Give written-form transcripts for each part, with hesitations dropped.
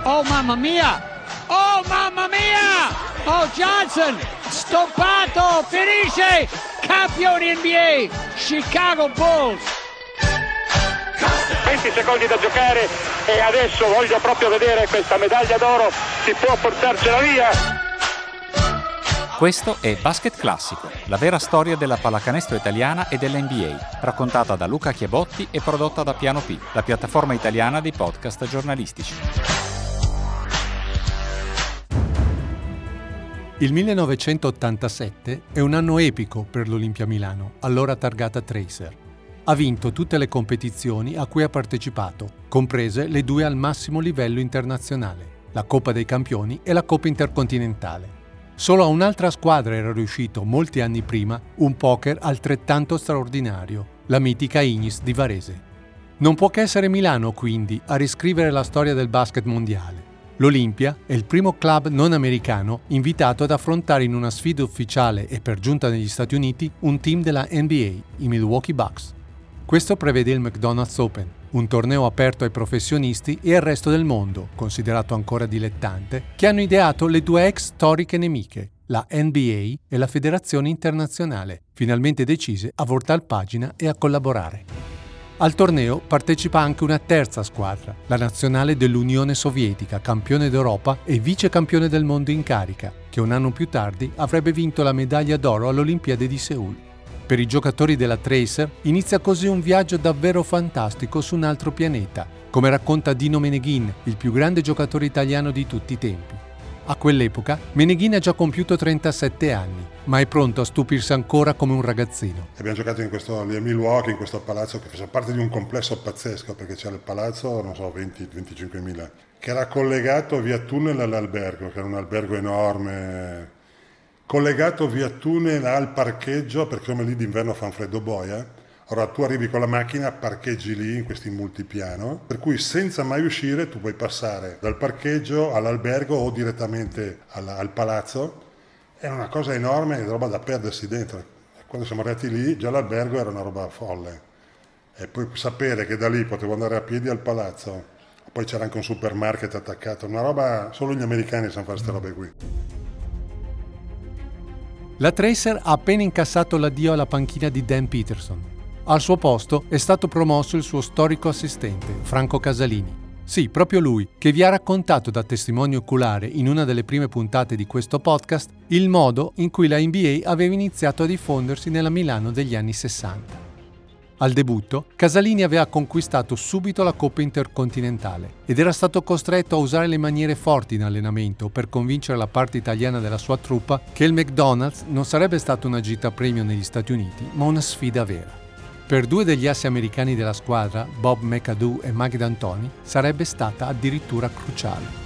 Oh mamma mia! Oh mamma mia! Oh Johnson! Stoppato! Finisce! Campioni NBA! Chicago Bulls! 20 secondi da giocare e adesso voglio proprio vedere questa medaglia d'oro, si può portarcela via. Questo è Basket Classico, la vera storia della pallacanestro italiana e dell'NBA, raccontata da Luca Chiabotti e prodotta da Piano P, la piattaforma italiana dei podcast giornalistici. Il 1987 è un anno epico per l'Olimpia Milano, allora targata Tracer. Ha vinto tutte le competizioni a cui ha partecipato, comprese le due al massimo livello internazionale, la Coppa dei Campioni e la Coppa Intercontinentale. Solo a un'altra squadra era riuscito, molti anni prima, un poker altrettanto straordinario, la mitica Ignis di Varese. Non può che essere Milano, quindi, a riscrivere la storia del basket mondiale. L'Olimpia è il primo club non americano invitato ad affrontare in una sfida ufficiale e per giunta negli Stati Uniti un team della NBA, i Milwaukee Bucks. Questo prevede il McDonald's Open, un torneo aperto ai professionisti e al resto del mondo, considerato ancora dilettante, che hanno ideato le due ex storiche nemiche, la NBA e la Federazione Internazionale, finalmente decise a voltar pagina e a collaborare. Al torneo partecipa anche una terza squadra, la nazionale dell'Unione Sovietica, campione d'Europa e vice campione del mondo in carica, che un anno più tardi avrebbe vinto la medaglia d'oro alle Olimpiadi di Seul. Per i giocatori della Tracer inizia così un viaggio davvero fantastico su un altro pianeta, come racconta Dino Meneghin, il più grande giocatore italiano di tutti i tempi. A quell'epoca Meneghin ha già compiuto 37 anni, ma è pronto a stupirsi ancora come un ragazzino. Abbiamo giocato a Milwaukee, in questo palazzo che faceva parte di un complesso pazzesco, perché c'era il palazzo, 20-25.000, che era collegato via tunnel all'albergo, che era un albergo enorme, collegato via tunnel al parcheggio, perché come lì d'inverno fa un freddo boia. Allora tu arrivi con la macchina, parcheggi lì in questi multipiano, per cui senza mai uscire tu puoi passare dal parcheggio all'albergo o direttamente al palazzo. È una cosa enorme, è roba da perdersi dentro. Quando siamo arrivati lì già l'albergo era una roba folle. E poi sapere che da lì potevo andare a piedi al palazzo, poi c'era anche un supermarket attaccato, una roba, solo gli americani sanno fare queste robe qui. La Tracer ha appena incassato l'addio alla panchina di Dan Peterson. Al suo posto è stato promosso il suo storico assistente, Franco Casalini. Sì, proprio lui, che vi ha raccontato da testimone oculare in una delle prime puntate di questo podcast il modo in cui la NBA aveva iniziato a diffondersi nella Milano degli anni 60. Al debutto, Casalini aveva conquistato subito la Coppa Intercontinentale ed era stato costretto a usare le maniere forti in allenamento per convincere la parte italiana della sua truppa che il McDonald's non sarebbe stata una gita premio negli Stati Uniti, ma una sfida vera. Per due degli assi americani della squadra, Bob McAdoo e Mike D'Antoni, sarebbe stata addirittura cruciale.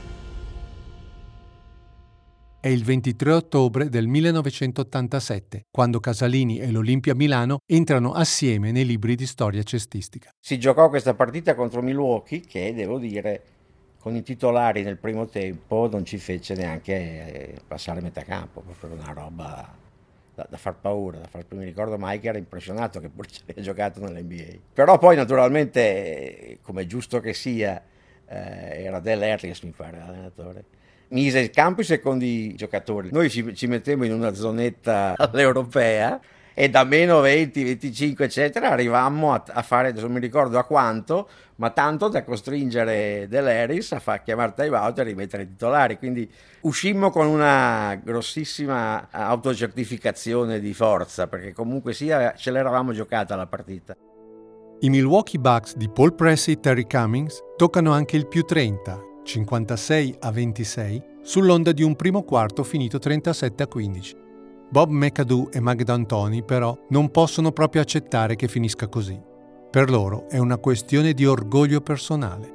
È il 23 ottobre del 1987, quando Casalini e l'Olimpia Milano entrano assieme nei libri di storia cestistica. Si giocò questa partita contro Milwaukee che, devo dire, con i titolari nel primo tempo non ci fece neanche passare metà campo, proprio una roba da far paura, mi ricordo Mike era impressionato che pure ci aveva giocato nell'NBA. Però poi naturalmente, come è giusto che sia, era Del Harris, mi pare, l'allenatore. Mise in campo i secondi giocatori. Noi ci mettemmo in una zonetta all'europea e da meno 20, 25 eccetera arrivammo a fare, adesso non mi ricordo a quanto, ma tanto da costringere Del Harris a chiamare time out e rimettere i titolari. Quindi uscimmo con una grossissima autocertificazione di forza, perché comunque sia ce l'eravamo giocata la partita. I Milwaukee Bucks di Paul Pressey e Terry Cummings toccano anche il più 30, 56-26, sull'onda di un primo quarto finito 37-15. Bob McAdoo e Mike D'Antoni però non possono proprio accettare che finisca così. Per loro è una questione di orgoglio personale.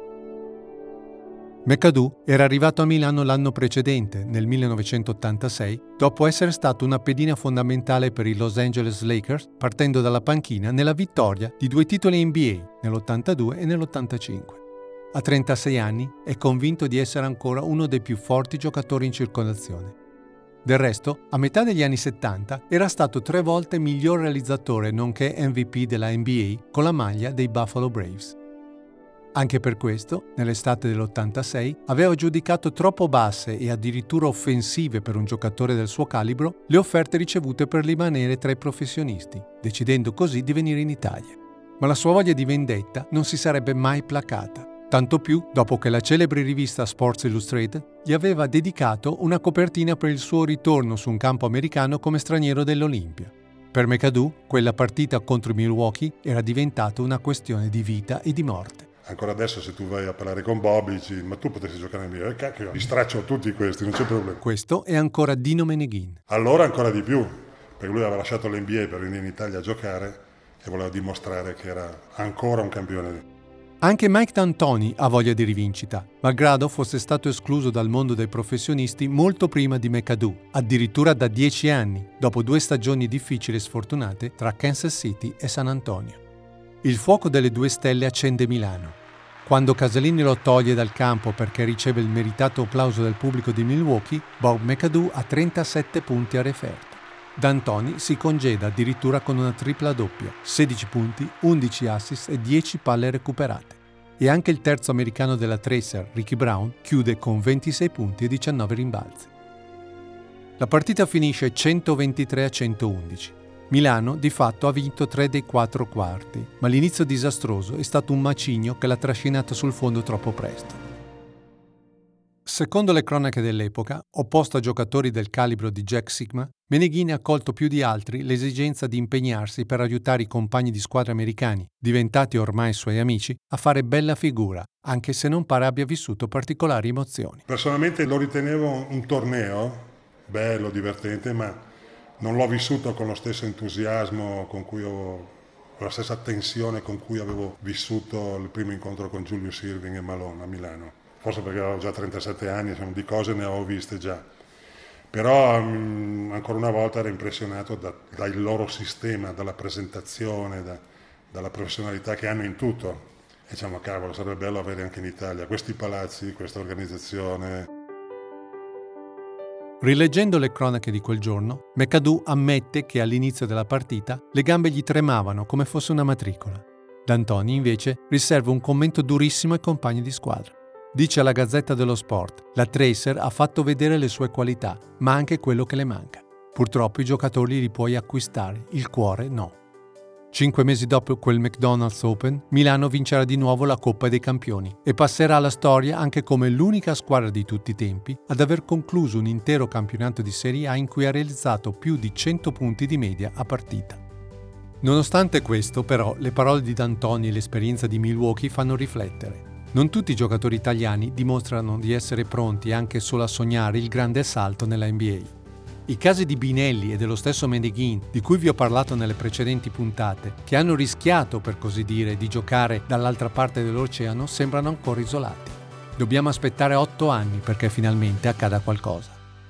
McAdoo era arrivato a Milano l'anno precedente, nel 1986, dopo essere stato una pedina fondamentale per i Los Angeles Lakers, partendo dalla panchina nella vittoria di 2 titoli NBA, nell'82 e nell'85. A 36 anni è convinto di essere ancora uno dei più forti giocatori in circolazione. Del resto, a metà degli anni 70 era stato 3 volte miglior realizzatore nonché MVP della NBA con la maglia dei Buffalo Braves. Anche per questo, nell'estate dell'86, aveva giudicato troppo basse e addirittura offensive per un giocatore del suo calibro le offerte ricevute per rimanere tra i professionisti, decidendo così di venire in Italia. Ma la sua voglia di vendetta non si sarebbe mai placata, tanto più dopo che la celebre rivista Sports Illustrated gli aveva dedicato una copertina per il suo ritorno su un campo americano come straniero dell'Olimpia. Per McAdoo, quella partita contro i Milwaukee era diventata una questione di vita e di morte. Ancora adesso se tu vai a parlare con Bobby dici ma tu potresti giocare nel NBA, cacchio, li straccio tutti questi, non c'è problema. Questo è ancora Dino Meneghin. Allora ancora di più, perché lui aveva lasciato l'NBA per venire in Italia a giocare e voleva dimostrare che era ancora un campione. Anche Mike D'Antoni ha voglia di rivincita, malgrado fosse stato escluso dal mondo dei professionisti molto prima di McAdoo, addirittura da 10 anni, dopo 2 stagioni difficili e sfortunate tra Kansas City e San Antonio. Il fuoco delle 2 stelle accende Milano. Quando Casalini lo toglie dal campo perché riceve il meritato applauso del pubblico di Milwaukee, Bob McAdoo ha 37 punti a referto. D'Antoni si congeda addirittura con una tripla doppia, 16 punti, 11 assist e 10 palle recuperate. E anche il terzo americano della Tracer, Ricky Brown, chiude con 26 punti e 19 rimbalzi. La partita finisce 123-111. Milano di fatto ha vinto 3 dei 4 quarti, ma l'inizio disastroso è stato un macigno che l'ha trascinato sul fondo troppo presto. Secondo le cronache dell'epoca, opposto a giocatori del calibro di Jack Sigma, Meneghin ha colto più di altri l'esigenza di impegnarsi per aiutare i compagni di squadra americani, diventati ormai suoi amici, a fare bella figura, anche se non pare abbia vissuto particolari emozioni. Personalmente lo ritenevo un torneo bello, divertente, ma non l'ho vissuto con lo stesso entusiasmo con la stessa tensione con cui avevo vissuto il primo incontro con Julius Erving e Malone a Milano. Forse perché avevo già 37 anni, di cose ne avevo viste già. Però ancora una volta ero impressionato dal loro sistema, dalla presentazione, dalla professionalità che hanno in tutto. E diciamo, cavolo, sarebbe bello avere anche in Italia questi palazzi, questa organizzazione. Rileggendo le cronache di quel giorno, McAdoo ammette che all'inizio della partita le gambe gli tremavano come fosse una matricola. D'Antoni, invece, riserva un commento durissimo ai compagni di squadra. Dice alla Gazzetta dello Sport: la Tracer ha fatto vedere le sue qualità, ma anche quello che le manca. Purtroppo i giocatori li puoi acquistare, il cuore no. 5 mesi dopo quel McDonald's Open, Milano vincerà di nuovo la Coppa dei Campioni e passerà alla storia anche come l'unica squadra di tutti i tempi ad aver concluso un intero campionato di Serie A in cui ha realizzato più di 100 punti di media a partita. Nonostante questo, però, le parole di D'Antoni e l'esperienza di Milwaukee fanno riflettere. Non tutti i giocatori italiani dimostrano di essere pronti anche solo a sognare il grande salto nella NBA. I casi di Binelli e dello stesso Meneghin, di cui vi ho parlato nelle precedenti puntate, che hanno rischiato, per così dire, di giocare dall'altra parte dell'oceano, sembrano ancora isolati. Dobbiamo aspettare 8 anni perché finalmente accada qualcosa.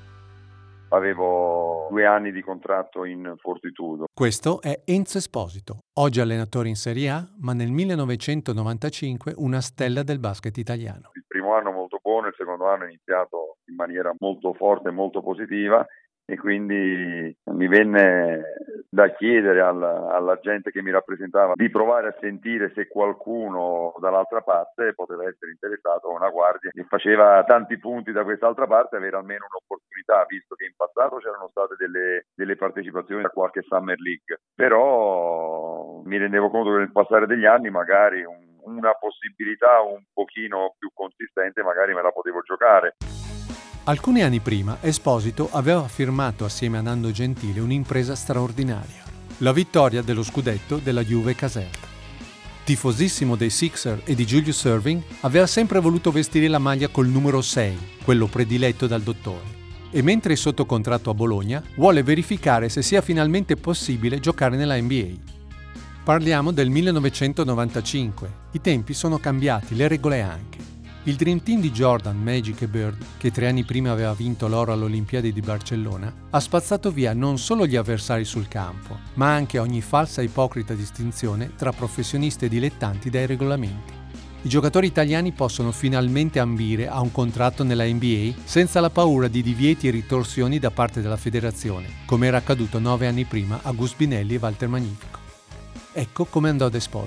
Avevo 2 anni di contratto in Fortitudo. Questo è Enzo Esposito, oggi allenatore in Serie A, ma nel 1995 una stella del basket italiano. Il primo anno molto buono, il secondo anno è iniziato in maniera molto forte e molto positiva. E quindi mi venne da chiedere alla gente che mi rappresentava di provare a sentire se qualcuno dall'altra parte poteva essere interessato a una guardia che faceva tanti punti da quest'altra parte, avere almeno un'opportunità, visto che in passato c'erano state delle partecipazioni a qualche Summer League. Però mi rendevo conto che nel passare degli anni magari una possibilità un pochino più consistente magari me la potevo giocare. Alcuni anni prima, Esposito aveva firmato assieme a Nando Gentile un'impresa straordinaria, la vittoria dello scudetto della Juve Caserta. Tifosissimo dei Sixers e di Julius Erving, aveva sempre voluto vestire la maglia col numero 6, quello prediletto dal dottore. E mentre è sotto contratto a Bologna, vuole verificare se sia finalmente possibile giocare nella NBA. Parliamo del 1995. I tempi sono cambiati, le regole anche. Il Dream Team di Jordan, Magic e Bird, che 3 anni prima aveva vinto l'oro alle Olimpiadi di Barcellona, ha spazzato via non solo gli avversari sul campo, ma anche ogni falsa e ipocrita distinzione tra professionisti e dilettanti dai regolamenti. I giocatori italiani possono finalmente ambire a un contratto nella NBA senza la paura di divieti e ritorsioni da parte della federazione, come era accaduto 9 anni prima a Gus Binelli e Walter Magnifico. Ecco come andò ad Esposito.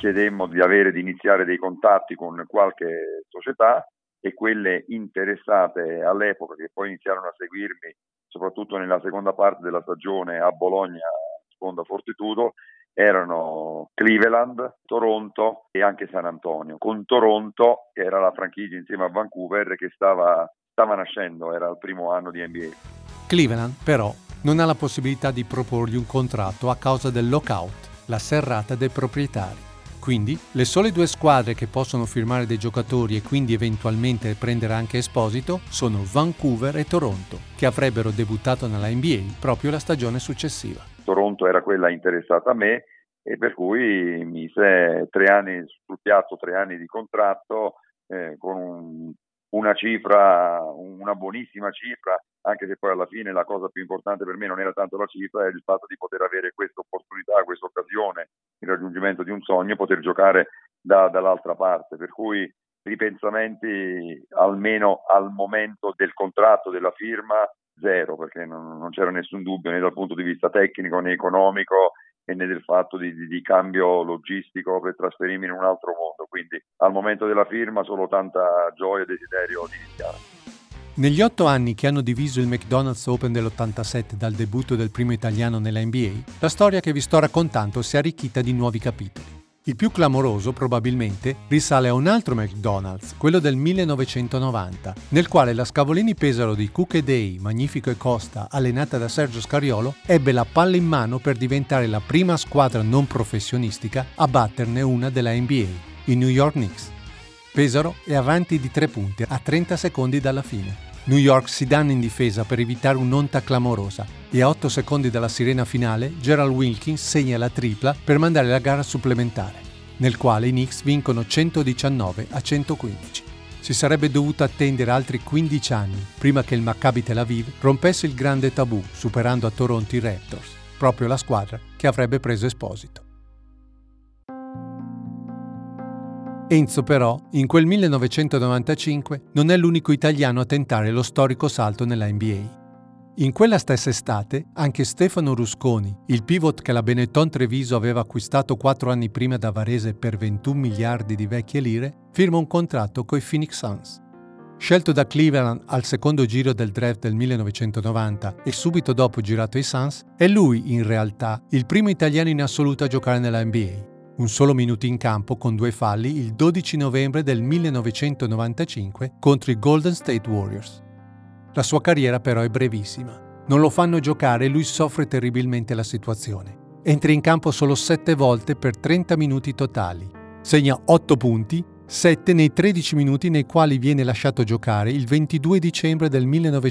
chiedemmo di iniziare dei contatti con qualche società, e quelle interessate all'epoca, che poi iniziarono a seguirmi soprattutto nella seconda parte della stagione a Bologna, seconda Fortitudo, erano Cleveland, Toronto e anche San Antonio, con Toronto, che era la franchigia insieme a Vancouver che stava nascendo, era il primo anno di NBA. Cleveland, però, non ha la possibilità di proporgli un contratto a causa del lockout, la serrata dei proprietari. Quindi, le sole due squadre che possono firmare dei giocatori e quindi eventualmente prendere anche Esposito sono Vancouver e Toronto, che avrebbero debuttato nella NBA proprio la stagione successiva. Toronto era quella interessata a me, e per cui mise 3 anni sul piatto, 3 anni di contratto, con una cifra, una buonissima cifra, anche se poi alla fine la cosa più importante per me non era tanto la cifra, è il fatto di poter avere questa opportunità, questa occasione, il raggiungimento di un sogno, poter giocare dall'altra parte. Per cui ripensamenti, almeno al momento del contratto, della firma, zero, perché non c'era nessun dubbio né dal punto di vista tecnico né economico, e né del fatto di cambio logistico per trasferirmi in un altro mondo. Quindi al momento della firma solo tanta gioia e desiderio di iniziare. Negli 8 anni che hanno diviso il McDonald's Open dell'87 dal debutto del primo italiano nella NBA, la storia che vi sto raccontando si è arricchita di nuovi capitoli. Il più clamoroso, probabilmente, risale a un altro McDonald's, quello del 1990, nel quale la Scavolini Pesaro di Cook e Day, Magnifico e Costa, allenata da Sergio Scariolo, ebbe la palla in mano per diventare la prima squadra non professionistica a batterne una della NBA, i New York Knicks. Pesaro è avanti di 3 punti a 30 secondi dalla fine. New York si danna in difesa per evitare un'onta clamorosa e a 8 secondi dalla sirena finale Gerald Wilkins segna la tripla per mandare la gara supplementare, nel quale i Knicks vincono 119-115. Si sarebbe dovuto attendere altri 15 anni prima che il Maccabi Tel Aviv rompesse il grande tabù, superando a Toronto i Raptors, proprio la squadra che avrebbe preso Esposito. Enzo però, in quel 1995, non è l'unico italiano a tentare lo storico salto nella NBA. In quella stessa estate, anche Stefano Rusconi, il pivot che la Benetton Treviso aveva acquistato 4 anni prima da Varese per 21 miliardi di vecchie lire, firma un contratto coi Phoenix Suns. Scelto da Cleveland al secondo giro del draft del 1990 e subito dopo girato ai Suns, è lui, in realtà, il primo italiano in assoluto a giocare nella NBA. Un solo minuto in campo con 2 falli il 12 novembre del 1995 contro i Golden State Warriors. La sua carriera però è brevissima. Non lo fanno giocare e lui soffre terribilmente la situazione. Entra in campo solo 7 volte per 30 minuti totali. Segna 8 punti, 7 nei 13 minuti nei quali viene lasciato giocare il 22 dicembre del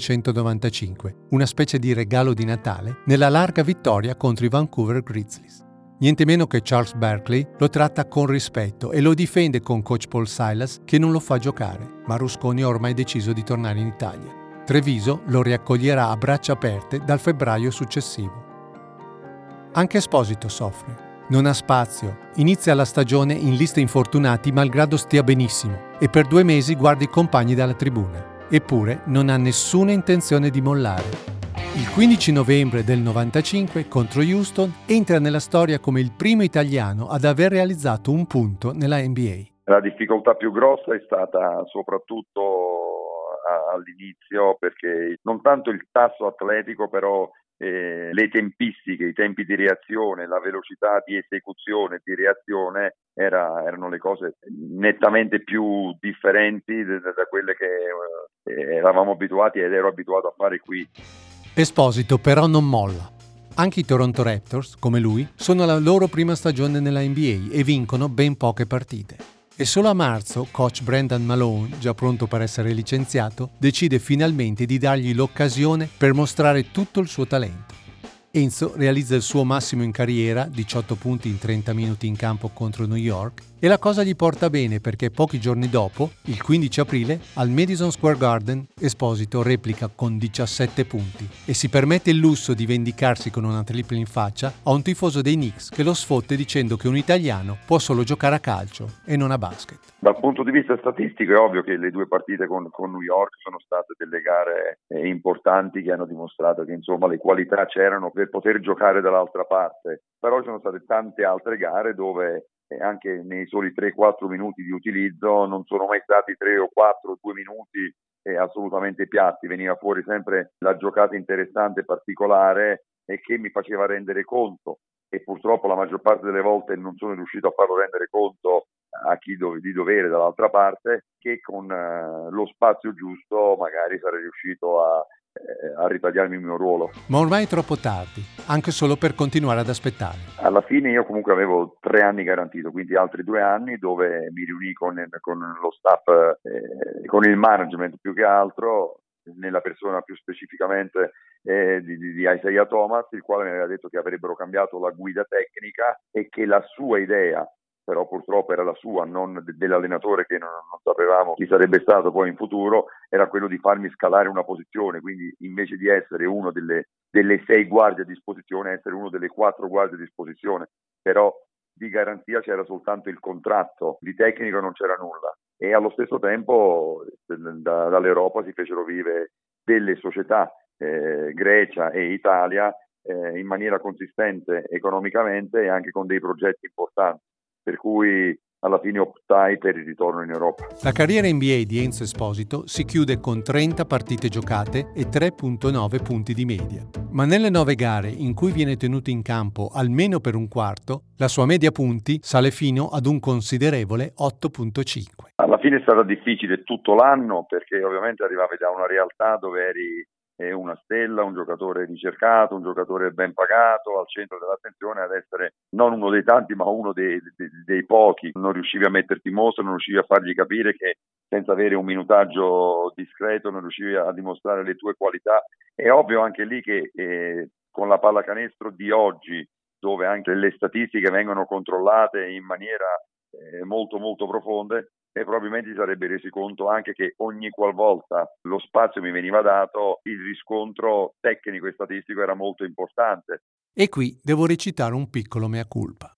1995, una specie di regalo di Natale, nella larga vittoria contro i Vancouver Grizzlies. Niente meno che Charles Barkley lo tratta con rispetto e lo difende con coach Paul Silas, che non lo fa giocare, ma Rusconi ha ormai deciso di tornare in Italia. Treviso lo riaccoglierà a braccia aperte dal febbraio successivo. Anche Esposito soffre. Non ha spazio, inizia la stagione in lista infortunati malgrado stia benissimo e per 2 mesi guarda i compagni dalla tribuna. Eppure non ha nessuna intenzione di mollare. Il 15 novembre del 95 contro Houston entra nella storia come il primo italiano ad aver realizzato un punto nella NBA. La difficoltà più grossa è stata soprattutto all'inizio, perché non tanto il tasso atletico, però le tempistiche, i tempi di reazione, la velocità di esecuzione e di reazione erano le cose nettamente più differenti da quelle che eravamo abituati ed ero abituato a fare qui. Esposito però non molla. Anche i Toronto Raptors, come lui, sono alla loro prima stagione nella NBA e vincono ben poche partite. E solo a marzo coach Brendan Malone, già pronto per essere licenziato, decide finalmente di dargli l'occasione per mostrare tutto il suo talento. Enzo realizza il suo massimo in carriera, 18 punti in 30 minuti in campo contro New York, e la cosa gli porta bene perché pochi giorni dopo, il 15 aprile, al Madison Square Garden, Esposito replica con 17 punti e si permette il lusso di vendicarsi con una tripla in faccia a un tifoso dei Knicks che lo sfotte dicendo che un italiano può solo giocare a calcio e non a basket. Dal punto di vista statistico è ovvio che le 2 partite con New York sono state delle gare importanti che hanno dimostrato che insomma le qualità c'erano per poter giocare dall'altra parte, però ci sono state tante altre gare dove anche nei soli 3-4 minuti di utilizzo non sono mai stati 3 o 4, 2 minuti assolutamente piatti, veniva fuori sempre la giocata interessante, particolare e che mi faceva rendere conto, e purtroppo la maggior parte delle volte non sono riuscito a farlo rendere conto a chi di dovere dall'altra parte, che con lo spazio giusto magari sarei riuscito a ritagliarmi il mio ruolo. Ma ormai è troppo tardi, anche solo per continuare ad aspettare. Alla fine io comunque avevo 3 anni garantito, quindi altri 2 anni dove mi riunì con lo staff, con il management più che altro, nella persona più specificamente di Isaiah Thomas, il quale mi aveva detto che avrebbero cambiato la guida tecnica e che la sua idea, però purtroppo era la sua, non dell'allenatore che non sapevamo chi sarebbe stato poi in futuro, era quello di farmi scalare una posizione, quindi invece di essere uno delle 6 guardie a disposizione, essere uno delle 4 guardie a disposizione, però di garanzia c'era soltanto il contratto, di tecnico non c'era nulla. E allo stesso tempo dall'Europa si fecero vive delle società, Grecia e Italia, in maniera consistente economicamente e anche con dei progetti importanti, per cui alla fine optai per il ritorno in Europa. La carriera NBA di Enzo Esposito si chiude con 30 partite giocate e 3,9 punti di media. Ma nelle 9 gare in cui viene tenuto in campo almeno per un quarto, la sua media punti sale fino ad un considerevole 8,5. Alla fine è stato difficile tutto l'anno, perché ovviamente arrivavi da una realtà dove eri una stella, un giocatore ricercato, un giocatore ben pagato, al centro dell'attenzione, ad essere non uno dei tanti ma uno dei pochi. Non riuscivi a metterti in mostra, non riuscivi a fargli capire che senza avere un minutaggio discreto non riuscivi a dimostrare le tue qualità. È ovvio anche lì che con la pallacanestro di oggi, dove anche le statistiche vengono controllate in maniera molto molto profonde, e probabilmente si sarebbe resi conto anche che ogni qualvolta lo spazio mi veniva dato, il riscontro tecnico e statistico era molto importante. E qui devo recitare un piccolo mea culpa.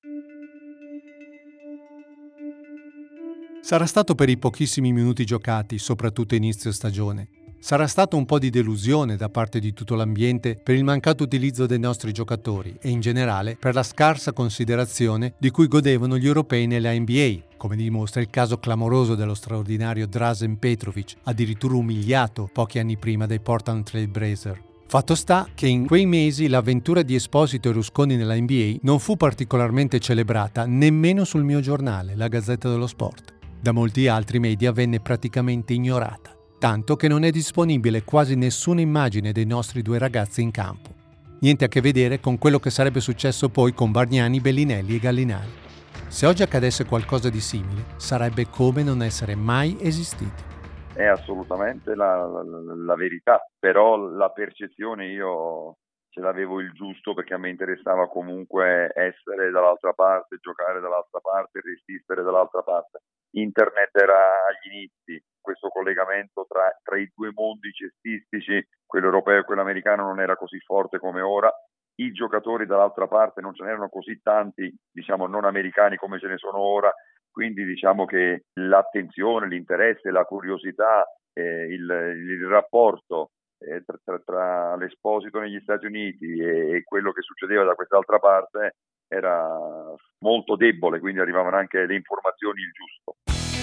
Sarà stato per i pochissimi minuti giocati, soprattutto inizio stagione. Sarà stato un po' di delusione da parte di tutto l'ambiente per il mancato utilizzo dei nostri giocatori e in generale per la scarsa considerazione di cui godevano gli europei nella NBA, come dimostra il caso clamoroso dello straordinario Dražen Petrović, addirittura umiliato pochi anni prima dai Portland Trail Blazers. Fatto sta che in quei mesi l'avventura di Esposito e Rusconi nella NBA non fu particolarmente celebrata nemmeno sul mio giornale, la Gazzetta dello Sport. Da molti altri media venne praticamente ignorata, tanto che non è disponibile quasi nessuna immagine dei nostri 2 ragazzi in campo. Niente a che vedere con quello che sarebbe successo poi con Bargnani, Bellinelli e Gallinari. Se oggi accadesse qualcosa di simile, sarebbe come non essere mai esistiti. È assolutamente la verità, però la percezione io ce l'avevo il giusto, perché a me interessava comunque essere dall'altra parte, giocare dall'altra parte, resistere dall'altra parte. Internet era agli inizi, questo collegamento tra i 2 mondi cestistici, quello europeo e quello americano, non era così forte come ora. I giocatori dall'altra parte non ce n'erano così tanti, diciamo non americani come ce ne sono ora, quindi diciamo che l'attenzione, l'interesse, la curiosità, il rapporto tra l'Esposito negli Stati Uniti e quello che succedeva da quest'altra parte era molto debole, quindi arrivavano anche le informazioni il giusto.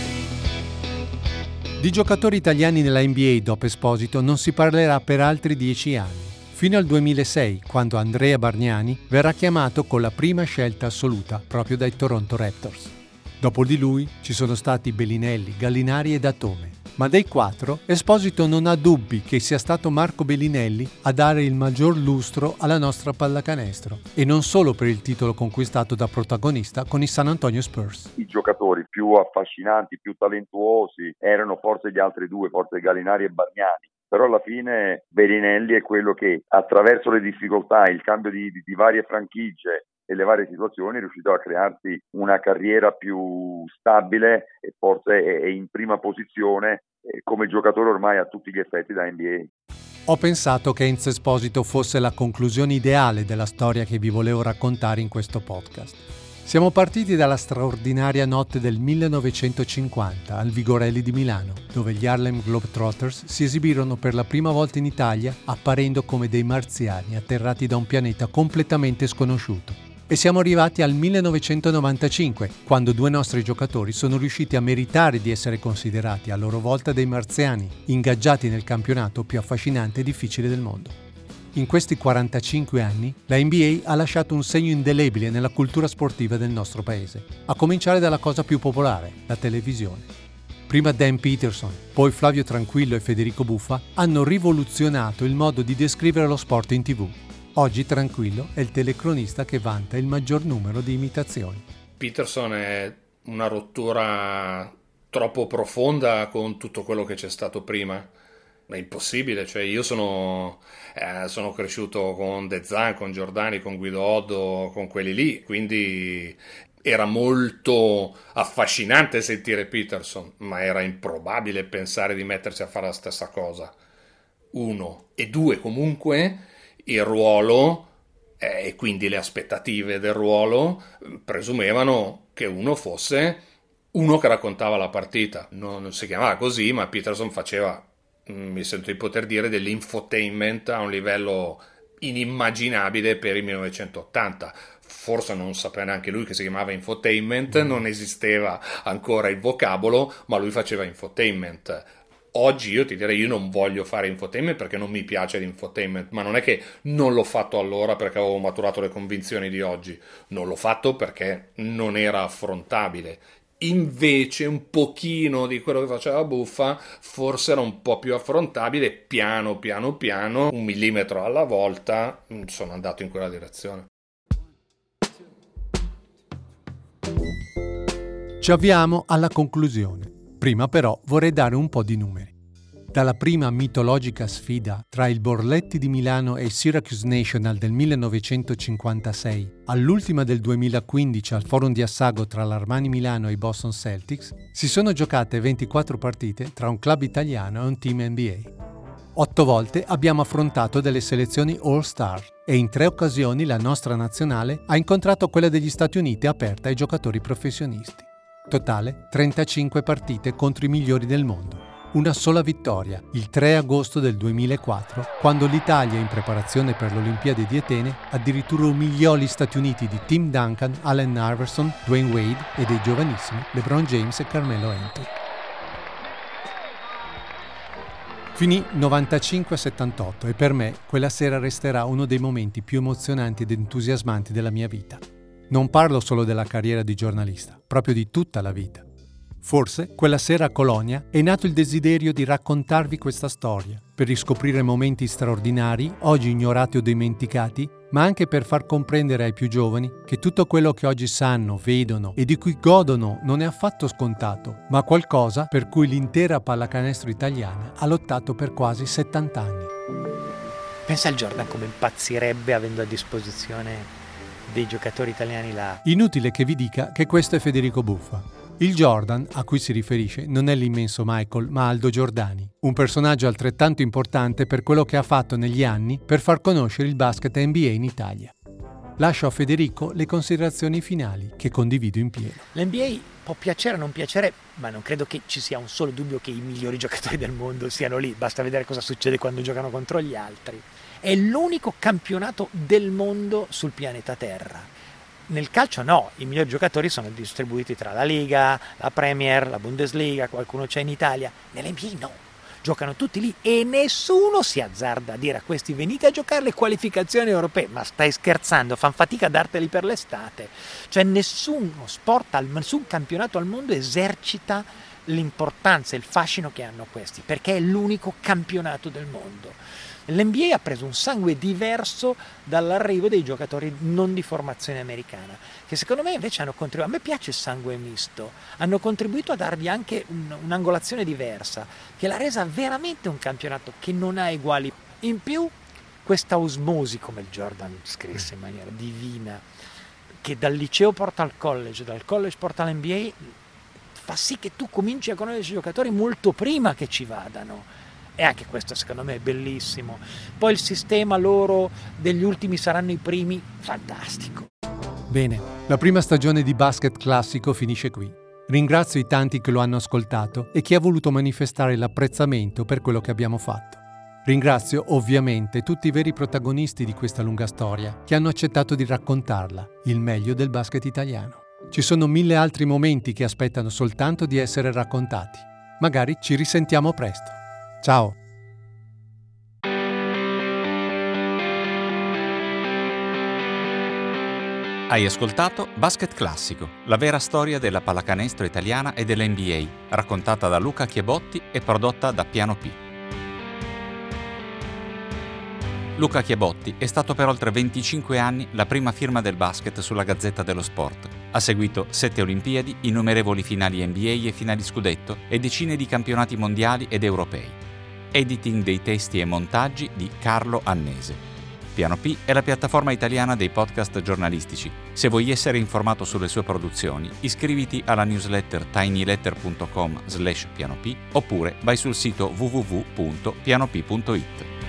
Di giocatori italiani nella NBA dopo Esposito non si parlerà per altri 10 anni, fino al 2006, quando Andrea Bargnani verrà chiamato con la prima scelta assoluta proprio dai Toronto Raptors. Dopo di lui ci sono stati Bellinelli, Gallinari e Datome, ma dei 4 Esposito non ha dubbi che sia stato Marco Bellinelli a dare il maggior lustro alla nostra pallacanestro, e non solo per il titolo conquistato da protagonista con i San Antonio Spurs. I giocatori più affascinanti, più talentuosi erano forse gli altri 2, forse Gallinari e Bargnani, però alla fine Bellinelli è quello che attraverso le difficoltà, il cambio di varie franchigie e le varie situazioni è riuscito a crearsi una carriera più stabile e forse è in prima posizione come giocatore ormai a tutti gli effetti da NBA. Ho pensato che Enzo Esposito fosse la conclusione ideale della storia che vi volevo raccontare in questo podcast. Siamo partiti dalla straordinaria notte del 1950 al Vigorelli di Milano, dove gli Harlem Globetrotters si esibirono per la prima volta in Italia apparendo come dei marziani atterrati da un pianeta completamente sconosciuto. E siamo arrivati al 1995, quando due nostri giocatori sono riusciti a meritare di essere considerati a loro volta dei marziani, ingaggiati nel campionato più affascinante e difficile del mondo. In questi 45 anni, la NBA ha lasciato un segno indelebile nella cultura sportiva del nostro paese, a cominciare dalla cosa più popolare, la televisione. Prima Dan Peterson, poi Flavio Tranquillo e Federico Buffa hanno rivoluzionato il modo di descrivere lo sport in TV. Oggi Tranquillo è il telecronista che vanta il maggior numero di imitazioni. Peterson è una rottura troppo profonda con tutto quello che c'è stato prima. È impossibile, cioè io sono cresciuto con De Zan, con Giordani, con Guido Oddo, con quelli lì, quindi era molto affascinante sentire Peterson, ma era improbabile pensare di mettersi a fare la stessa cosa. 1 e 2 comunque il ruolo e quindi le aspettative del ruolo presumevano che uno fosse uno che raccontava la partita. Non si chiamava così, ma Peterson faceva, mi sento di poter dire, dell'infotainment a un livello inimmaginabile per il 1980. Forse non sapeva neanche lui che si chiamava infotainment, non esisteva ancora il vocabolo, ma lui faceva infotainment. Oggi io ti direi, io non voglio fare infotainment perché non mi piace l'infotainment, ma non è che non l'ho fatto allora perché avevo maturato le convinzioni di oggi, non l'ho fatto perché non era affrontabile. Invece un pochino di quello che faceva Buffa forse era un po' più affrontabile, piano, 1 millimetro alla volta sono andato in quella direzione. Ci avviamo alla conclusione. Prima però vorrei dare un po' di numeri. Dalla prima mitologica sfida tra il Borletti di Milano e il Syracuse National del 1956 all'ultima del 2015 al Forum di Assago tra l'Armani Milano e i Boston Celtics, si sono giocate 24 partite tra un club italiano e un team NBA. 8 volte abbiamo affrontato delle selezioni All-Star e in 3 occasioni la nostra nazionale ha incontrato quella degli Stati Uniti aperta ai giocatori professionisti. Totale 35 partite contro i migliori del mondo. Una sola vittoria, il 3 agosto del 2004, quando l'Italia, in preparazione per le Olimpiadi di Atene, addirittura umiliò gli Stati Uniti di Tim Duncan, Allen Iverson, Dwayne Wade e dei giovanissimi LeBron James e Carmelo Anthony. Finì 95-78 e per me quella sera resterà uno dei momenti più emozionanti ed entusiasmanti della mia vita. Non parlo solo della carriera di giornalista, proprio di tutta la vita. Forse, quella sera a Colonia, è nato il desiderio di raccontarvi questa storia, per riscoprire momenti straordinari, oggi ignorati o dimenticati, ma anche per far comprendere ai più giovani che tutto quello che oggi sanno, vedono e di cui godono non è affatto scontato, ma qualcosa per cui l'intera pallacanestro italiana ha lottato per quasi 70 anni. Pensa al Jordan come impazzirebbe avendo a disposizione dei giocatori italiani là. Inutile che vi dica che questo è Federico Buffa. Il Jordan a cui si riferisce non è l'immenso Michael, ma Aldo Giordani, un personaggio altrettanto importante per quello che ha fatto negli anni per far conoscere il basket NBA in Italia. Lascio a Federico le considerazioni finali, che condivido in pieno. L'NBA può piacere o non piacere, ma non credo che ci sia un solo dubbio che i migliori giocatori del mondo siano lì. Basta vedere cosa succede quando giocano contro gli altri. È l'unico campionato del mondo sul pianeta Terra. Nel calcio no, i migliori giocatori sono distribuiti tra la Liga, la Premier, la Bundesliga, qualcuno c'è in Italia. Nell'NBA no, giocano tutti lì e nessuno si azzarda a dire a questi venite a giocare le qualificazioni europee. Ma stai scherzando, fan fatica a darteli per l'estate. Cioè nessun sport, nessun campionato al mondo esercita l'importanza e il fascino che hanno questi, perché è l'unico campionato del mondo. L'NBA ha preso un sangue diverso dall'arrivo dei giocatori non di formazione americana, che secondo me invece hanno contribuito. A me piace il sangue misto, hanno contribuito a dargli anche un'angolazione diversa, che l'ha resa veramente un campionato che non ha eguali. In più, questa osmosi, come il Jordan scrisse in maniera divina, che dal liceo porta al college, dal college porta all'NBA, fa sì che tu cominci a conoscere i giocatori molto prima che ci vadano. E anche questo secondo me è bellissimo. Poi il sistema loro degli ultimi saranno i primi, fantastico. Bene, la prima stagione di Basket Classico finisce qui. Ringrazio i tanti che lo hanno ascoltato e chi ha voluto manifestare l'apprezzamento per quello che abbiamo fatto. Ringrazio ovviamente tutti i veri protagonisti di questa lunga storia che hanno accettato di raccontarla, il meglio del basket italiano. Ci sono 1000 altri momenti che aspettano soltanto di essere raccontati. Magari ci risentiamo presto. Ciao! Hai ascoltato Basket Classico, la vera storia della pallacanestro italiana e dell'NBA, raccontata da Luca Chiebotti e prodotta da Piano P. Luca Chiebotti è stato per oltre 25 anni la prima firma del basket sulla Gazzetta dello Sport. Ha seguito 7 Olimpiadi, innumerevoli finali NBA e finali scudetto e decine di campionati mondiali ed europei. Editing dei testi e montaggi di Carlo Annese. Piano P è la piattaforma italiana dei podcast giornalistici. Se vuoi essere informato sulle sue produzioni, iscriviti alla newsletter tinyletter.com/pianop oppure vai sul sito www.pianop.it.